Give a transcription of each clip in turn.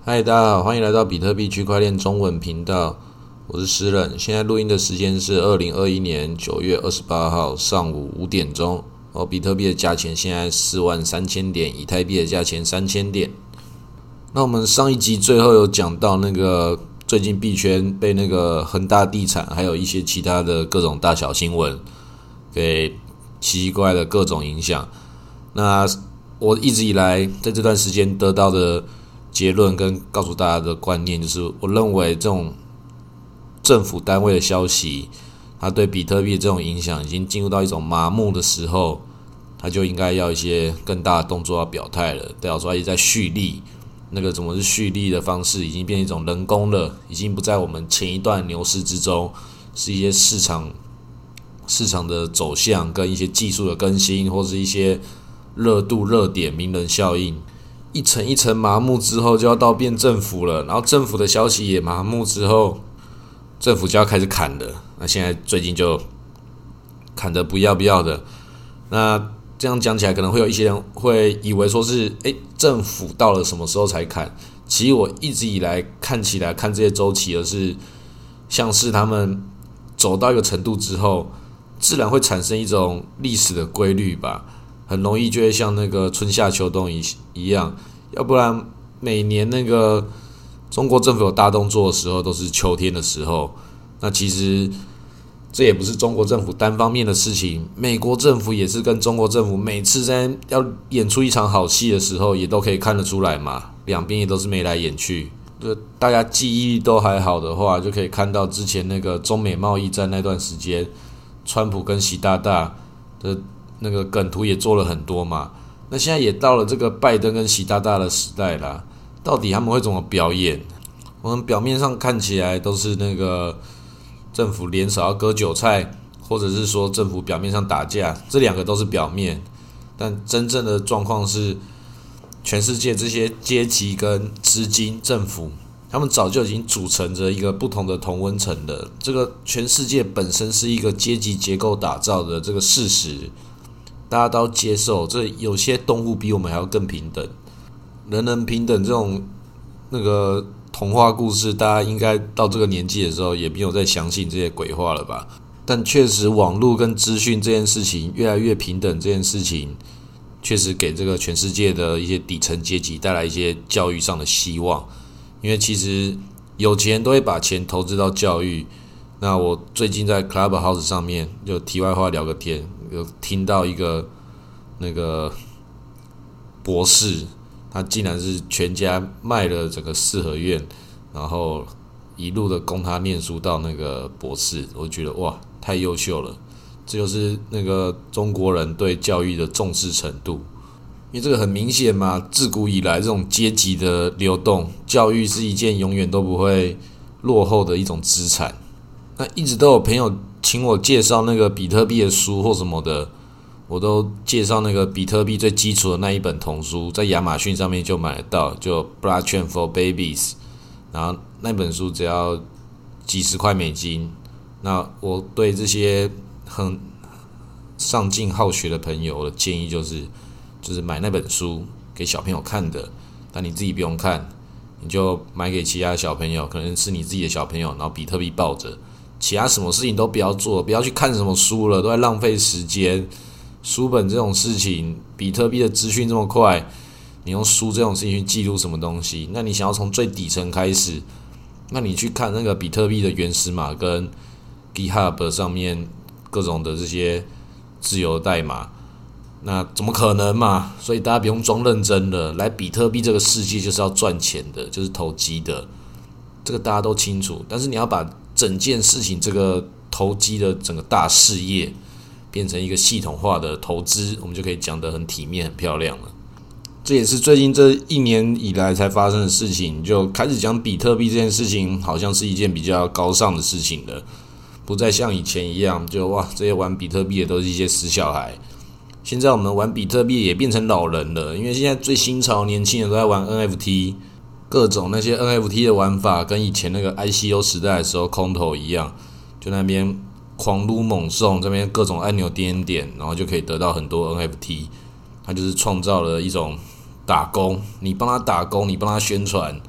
嗨，大家好，欢迎来到比特币区块链中文频道，我是诗人。现在录音的时间是2021年9月28号上午5点钟。比特币的价钱现在43000点，以太币的价钱3000点。那我们上一集最后有讲到那个最近币圈被那个恒大地产还有一些其他的各种大小新闻给奇奇怪的各种影响。那我一直以来在这段时间得到的结论跟告诉大家的观念，就是我认为这种政府单位的消息，它对比特币的这种影响已经进入到一种麻木的时候，它就应该要一些更大的动作要表态了。代表说它一直在蓄力，那个怎么是蓄力的方式已经变成一种人工了，已经不在我们前一段牛市之中，是一些市场的走向跟一些技术的更新，或是一些热度热点名人效应。一层一层麻木之后，就要到变政府了，然后政府的消息也麻木之后，政府就要开始砍了。那现在最近就砍得不要不要的。那这样讲起来，可能会有一些人会以为说是，政府到了什么时候才砍？其实我一直以来看起来看这些周期，而是像是他们走到一个程度之后，自然会产生一种历史的规律吧。很容易就会像那个春夏秋冬一样，要不然每年那个中国政府有大动作的时候都是秋天的时候。那其实这也不是中国政府单方面的事情，美国政府也是跟中国政府每次在要演出一场好戏的时候，也都可以看得出来嘛，两边也都是眉来眼去。就大家记忆力都还好的话，就可以看到之前那个中美贸易战那段时间，川普跟习大大的那个梗图也做了很多嘛。那现在也到了这个拜登跟习大大的时代啦，到底他们会怎么表演？我们表面上看起来都是那个政府联手要割韭菜，或者是说政府表面上打架，这两个都是表面，但真正的状况是，全世界这些阶级跟资金、政府，他们早就已经组成着一个不同的同温层了。这个全世界本身是一个阶级结构打造的这个事实，大家都要接受。这有些动物比我们还要更平等，人人平等这种那个童话故事，大家应该到这个年纪的时候也没有再相信这些鬼话了吧？但确实，网络跟资讯这件事情越来越平等，这件事情确实给这个全世界的一些底层阶级带来一些教育上的希望。因为其实有钱人都会把钱投资到教育。那我最近在 Clubhouse 上面就题外话聊个天，有听到一个那个博士，他竟然是全家卖了整个四合院，然后一路的供他念书到那个博士。我觉得哇，太优秀了，这就是那个中国人对教育的重视程度。因为这个很明显嘛，自古以来这种阶级的流动，教育是一件永远都不会落后的一种资产。那一直都有朋友请我介绍那个比特币的书或什么的，我都介绍那个比特币最基础的那一本童书，在亚马逊上面就买得到，就 Blockchain for Babies， 然后那本书只要几十块美金。那我对这些很上进好学的朋友，我的建议就是买那本书给小朋友看的，但你自己不用看，你就买给其他小朋友，可能是你自己的小朋友，然后比特币抱着，其他什么事情都不要做，不要去看什么书了，都在浪费时间。书本这种事情，比特币的资讯这么快，你用书这种事情去记录什么东西？那你想要从最底层开始，那你去看那个比特币的原始码跟 GitHub 上面各种的这些自由代码，那怎么可能嘛？所以大家不用装认真了，来比特币这个世界就是要赚钱的，就是投机的，这个大家都清楚。但是你要把整件事情这个投机的整个大事业变成一个系统化的投资，我们就可以讲得很体面很漂亮了。这也是最近这1年以来才发生的事情，就开始讲比特币这件事情好像是一件比较高尚的事情了，不再像以前一样，就哇，这些玩比特币的都是一些死小孩。现在我们玩比特币也变成老人了，因为现在最新潮年轻人都在玩 NFT， 各种那些 NFT 的玩法跟以前那个 ICO 时代的时候空投一样，就那边狂撸猛送，这边各种按钮点点，然后就可以得到很多 NFT。它就是创造了一种打工，你帮他打工，你帮他宣传，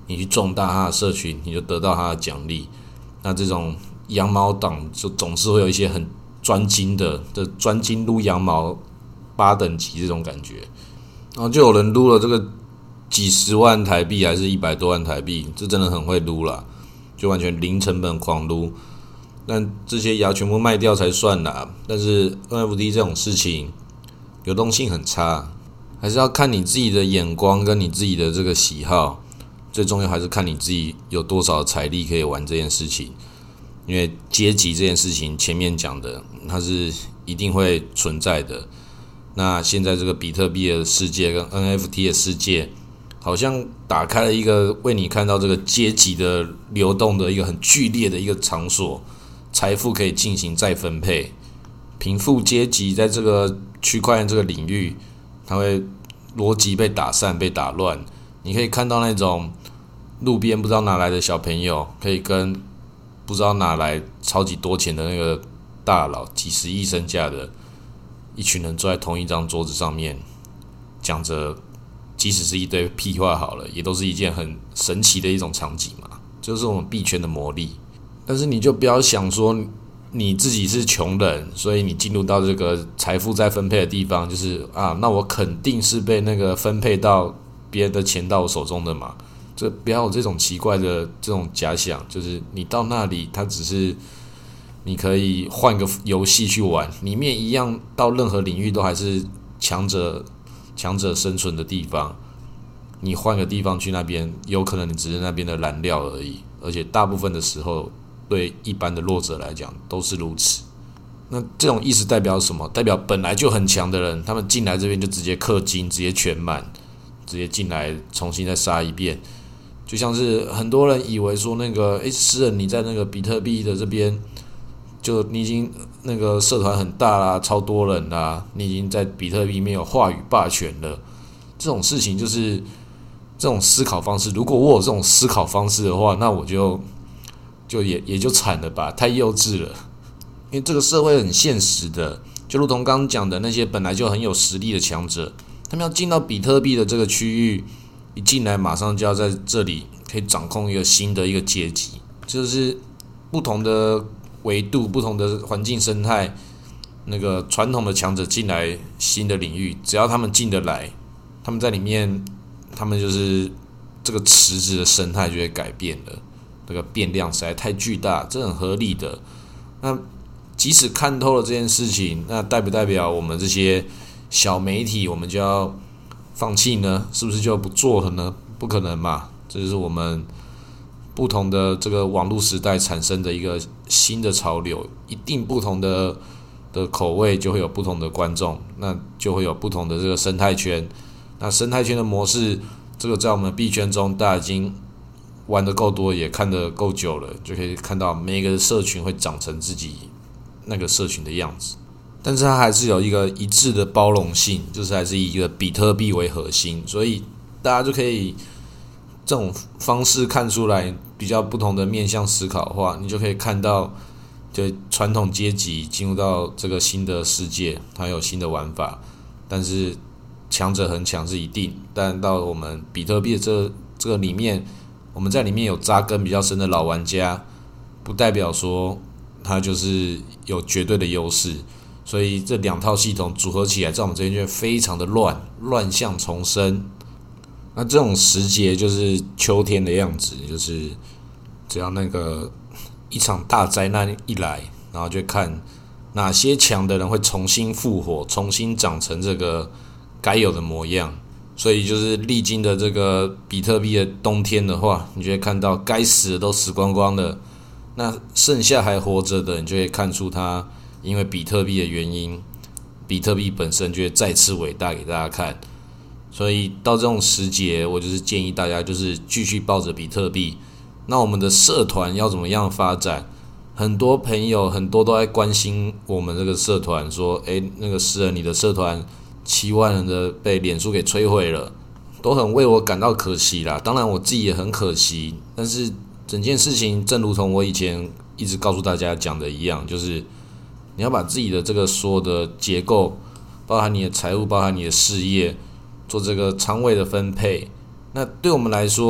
你去壮大他的社群，你就得到他的奖励。那这种羊毛党就总是会有一些很专精的专精撸羊毛8等级这种感觉，然后就有人撸了这个几十万台币还是100多万台币，这真的很会撸啦，就完全零成本狂撸。但这些牙全部卖掉才算啦。但是 NFT 这种事情流动性很差，还是要看你自己的眼光跟你自己的这个喜好。最重要还是看你自己有多少财力可以玩这件事情。因为阶级这件事情前面讲的，它是一定会存在的。那现在这个比特币的世界跟 NFT 的世界，好像打开了一个为你看到这个阶级的流动的一个很剧烈的一个场所，财富可以进行再分配。贫富阶级在这个区块链这个领域，它会逻辑被打散、被打乱。你可以看到那种路边不知道哪来的小朋友，可以跟不知道哪来超级多钱的那个大佬，几十亿身价的一群人坐在同一张桌子上面，讲着即使是一堆屁话好了，也都是一件很神奇的一种场景嘛，就是我们币圈的魔力。但是你就不要想说你自己是穷人，所以你进入到这个财富再分配的地方，就是那我肯定是被那个分配到别人的钱到我手中的嘛。这不要有这种奇怪的这种假想，就是你到那里，它只是你可以换个游戏去玩，里面一样到任何领域都还是强者生存的地方。你换个地方去那边，有可能你只是那边的燃料而已，而且大部分的时候对一般的弱者来讲都是如此。那这种意思代表什么？代表本来就很强的人，他们进来这边就直接氪金，直接全满，直接进来重新再杀一遍。就像是很多人以为说那个诗人你在那个比特币的这边，就你已经那个社团很大啦，超多人啦，你已经在比特币里面有话语霸权了。这种事情就是这种思考方式，如果我有这种思考方式的话，那我就也就惨了吧，太幼稚了。因为这个社会很现实的，就如同刚刚讲的那些本来就很有实力的强者，他们要进到比特币的这个区域，一进来马上就要在这里可以掌控一个新的一个阶级，就是不同的维度、不同的环境生态，那个传统的强者进来新的领域，只要他们进得来，他们在里面，他们就是这个池子的生态就会改变了，那个变量实在太巨大，这很合理的。那即使看透了这件事情，那代不代表我们这些小媒体我们就要放弃呢？是不是就不做了呢？不可能嘛！这就是我们不同的这个网络时代产生的一个新的潮流，一定不同的口味就会有不同的观众，那就会有不同的这个生态圈。那生态圈的模式，这个在我们币圈中大家已经玩得够多，也看得够久了，就可以看到每个社群会长成自己那个社群的样子。但是它还是有一个一致的包容性，就是还是以一个比特币为核心，所以大家就可以这种方式看出来比较不同的面向思考的话，你就可以看到，就传统阶级进入到这个新的世界，它有新的玩法，但是强者很强是一定，但到我们比特币这个里面，我们在里面有扎根比较深的老玩家，不代表说它就是有绝对的优势。所以这两套系统组合起来，在我们这边就非常的乱象丛生。那这种时节就是秋天的样子，就是只要那个一场大灾难一来，然后就看哪些强的人会重新复活，重新长成这个该有的模样。所以就是历经的这个比特币的冬天的话，你就会看到该死的都死光光了，那剩下还活着的，你就会看出他因为比特币的原因，比特币本身就会再次伟大给大家看。所以到这种时节，我就是建议大家就是继续抱着比特币。那我们的社团要怎么样发展？很多朋友很多都在关心我们这个社团，说那个诗人你的社团7万人的被脸书给摧毁了，都很为我感到可惜啦。当然我自己也很可惜，但是整件事情正如同我以前一直告诉大家讲的一样，就是你要把自己的这个所有的结构，包含你的财务，包含你的事业，做这个仓位的分配。那对我们来说，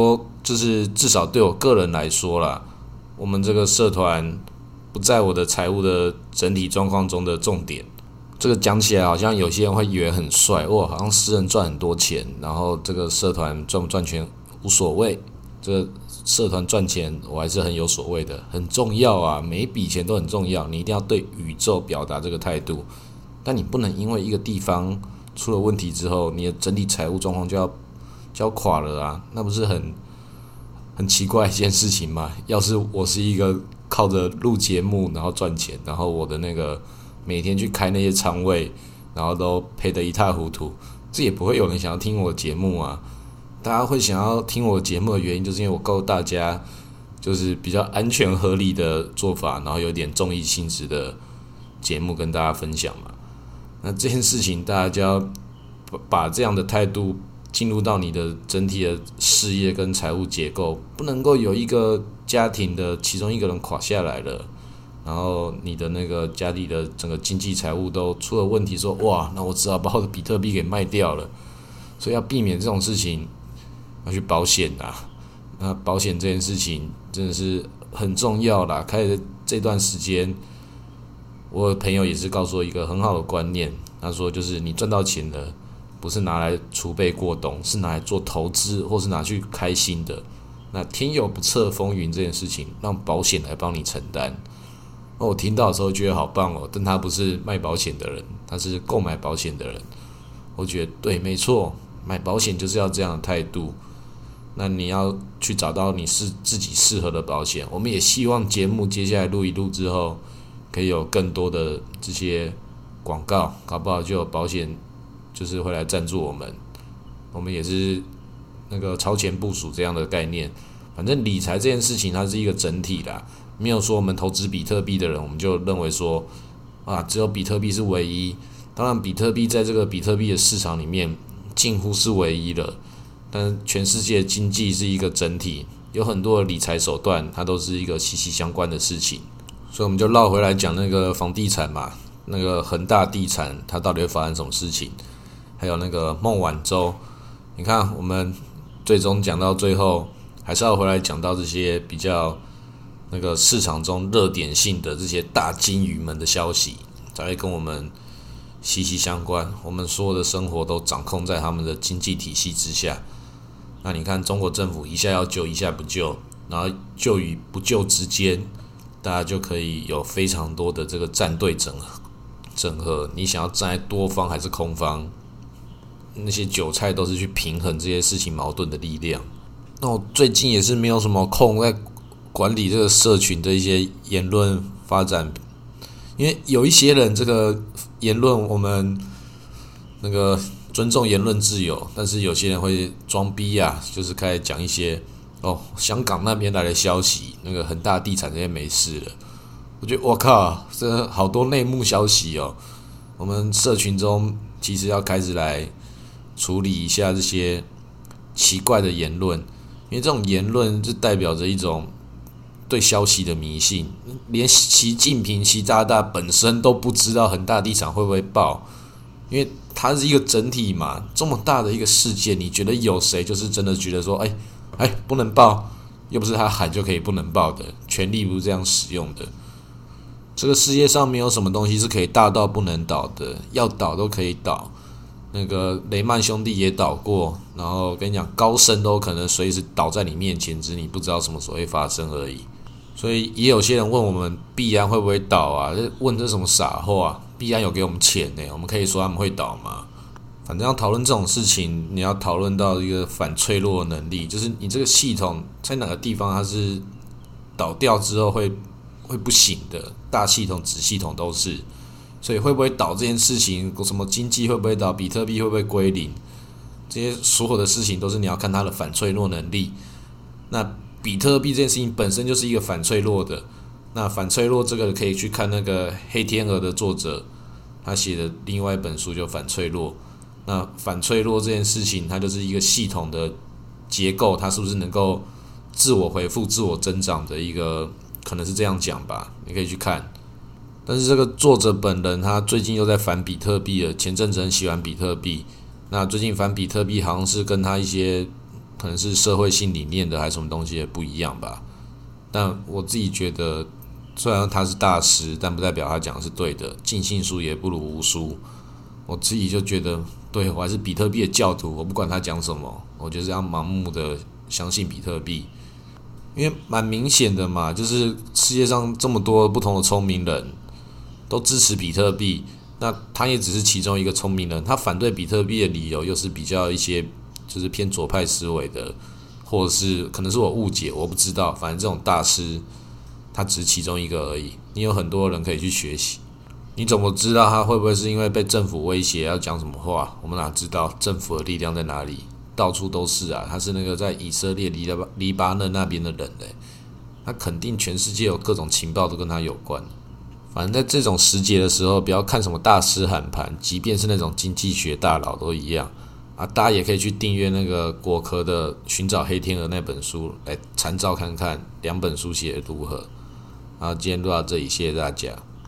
就是至少对我个人来说啦，我们这个社团不在我的财务的整体状况中的重点。这个讲起来好像有些人会以为很帅，哇，好像私人赚很多钱，然后这个社团赚不赚钱无所谓，这个社团赚钱我还是很有所谓的，很重要啊，每一笔钱都很重要，你一定要对宇宙表达这个态度，但你不能因为一个地方出了问题之后，你的整体财务状况就要垮了啊，那不是很奇怪一件事情吗？要是我是一个靠着录节目然后赚钱，然后我的那个每天去开那些仓位，然后都赔得一塌糊涂，这也不会有人想要听我的节目啊。大家会想要听我的节目的原因，就是因为我告诉大家，就是比较安全合理的做法，然后有点综艺性质的节目跟大家分享嘛。那这件事情，大家就要把这样的态度进入到你的整体的事业跟财务结构，不能够有一个家庭的其中一个人垮下来了。然后你的那个家里的整个经济财务都出了问题，说哇，那我只好把我的比特币给卖掉了。所以要避免这种事情，要去保险啊。那保险这件事情真的是很重要啦。开始这段时间，我的朋友也是告诉我一个很好的观念，他说就是你赚到钱了，不是拿来储备过冬，是拿来做投资或是拿去开心的。那天有不测风云这件事情，让保险来帮你承担。我听到的时候觉得好棒哦，但他不是卖保险的人，他是购买保险的人。我觉得对，没错，买保险就是要这样的态度。那你要去找到你是自己适合的保险。我们也希望节目接下来录一录之后，可以有更多的这些广告，搞不好就有保险就是会来赞助我们。我们也是那个超前部署这样的概念。反正理财这件事情它是一个整体啦。没有说我们投资比特币的人，我们就认为说啊，只有比特币是唯一。当然，比特币在这个比特币的市场里面近乎是唯一了。但全世界经济是一个整体，有很多的理财手段，它都是一个息息相关的事情。所以我们就绕回来讲那个房地产嘛，那个恒大地产它到底会发生什么事情？还有那个孟晚舟，你看我们最终讲到最后，还是要回来讲到这些比较那个市场中热点性的这些大金鱼们的消息，才会跟我们息息相关。我们所有的生活都掌控在他们的经济体系之下。那你看，中国政府一下要救，一下不救，然后救与不救之间，大家就可以有非常多的这个战队整合。你想要站在多方还是空方？那些韭菜都是去平衡这些事情矛盾的力量。那我最近也是没有什么空在管理这个社群的一些言论发展，因为有一些人这个言论我们那个尊重言论自由，但是有些人会装逼啊，就是开始讲一些香港那边来的消息，那个恒大地产这些没事了。我觉得我靠，这好多内幕消息哦。我们社群中其实要开始来处理一下这些奇怪的言论，因为这种言论就代表着一种对消息的迷信，连习近平习大大本身都不知道恒大地产会不会爆，因为它是一个整体嘛，这么大的一个事件，你觉得有谁就是真的觉得说，不能爆，又不是他喊就可以不能爆的，权力不是这样使用的。这个世界上没有什么东西是可以大到不能倒的，要倒都可以倒。那个雷曼兄弟也倒过，然后跟你讲，高盛都可能随时倒在你面前，只是你不知道什么时候会发生而已。所以也有些人问我们币安会不会倒啊？问这什么傻话？币安有给我们钱呢，我们可以说他们会倒吗？反正要讨论这种事情，你要讨论到一个反脆弱的能力，就是你这个系统在哪个地方它是倒掉之后会不行的，大系统、子系统都是。所以会不会倒这件事情，什么经济会不会倒，比特币会不会归零，这些所有的事情都是你要看它的反脆弱能力。那比特币这件事情本身就是一个反脆弱的，那反脆弱这个可以去看那个黑天鹅的作者他写的另外一本书就反脆弱。那反脆弱这件事情，它就是一个系统的结构，它是不是能够自我回复、自我增长的一个，可能是这样讲吧，你可以去看。但是这个作者本人他最近又在反比特币了，前阵子很喜欢比特币，那最近反比特币好像是跟他一些可能是社会性理念的还是什么东西也不一样吧。但我自己觉得，虽然他是大师，但不代表他讲的是对的。尽信书也不如无书。我自己就觉得，对我还是比特币的教徒，我不管他讲什么，我就是要盲目的相信比特币，因为蛮明显的嘛，就是世界上这么多不同的聪明人都支持比特币，那他也只是其中一个聪明人，他反对比特币的理由又是比较一些就是偏左派思维的，或者是可能是我误解，我不知道，反正这种大师他只是其中一个而已，你有很多人可以去学习。你怎么知道他会不会是因为被政府威胁要讲什么话？我们哪知道政府的力量在哪里？到处都是啊，他是那个在以色列黎巴嫩那边的人嘞，他肯定全世界有各种情报都跟他有关。反正在这种时节的时候，不要看什么大师喊盘，即便是那种经济学大佬都一样啊。大家也可以去订阅那个果壳的《寻找黑天鹅》那本书来参照看看，2本书写的如何。好，今天录到这里，谢谢大家。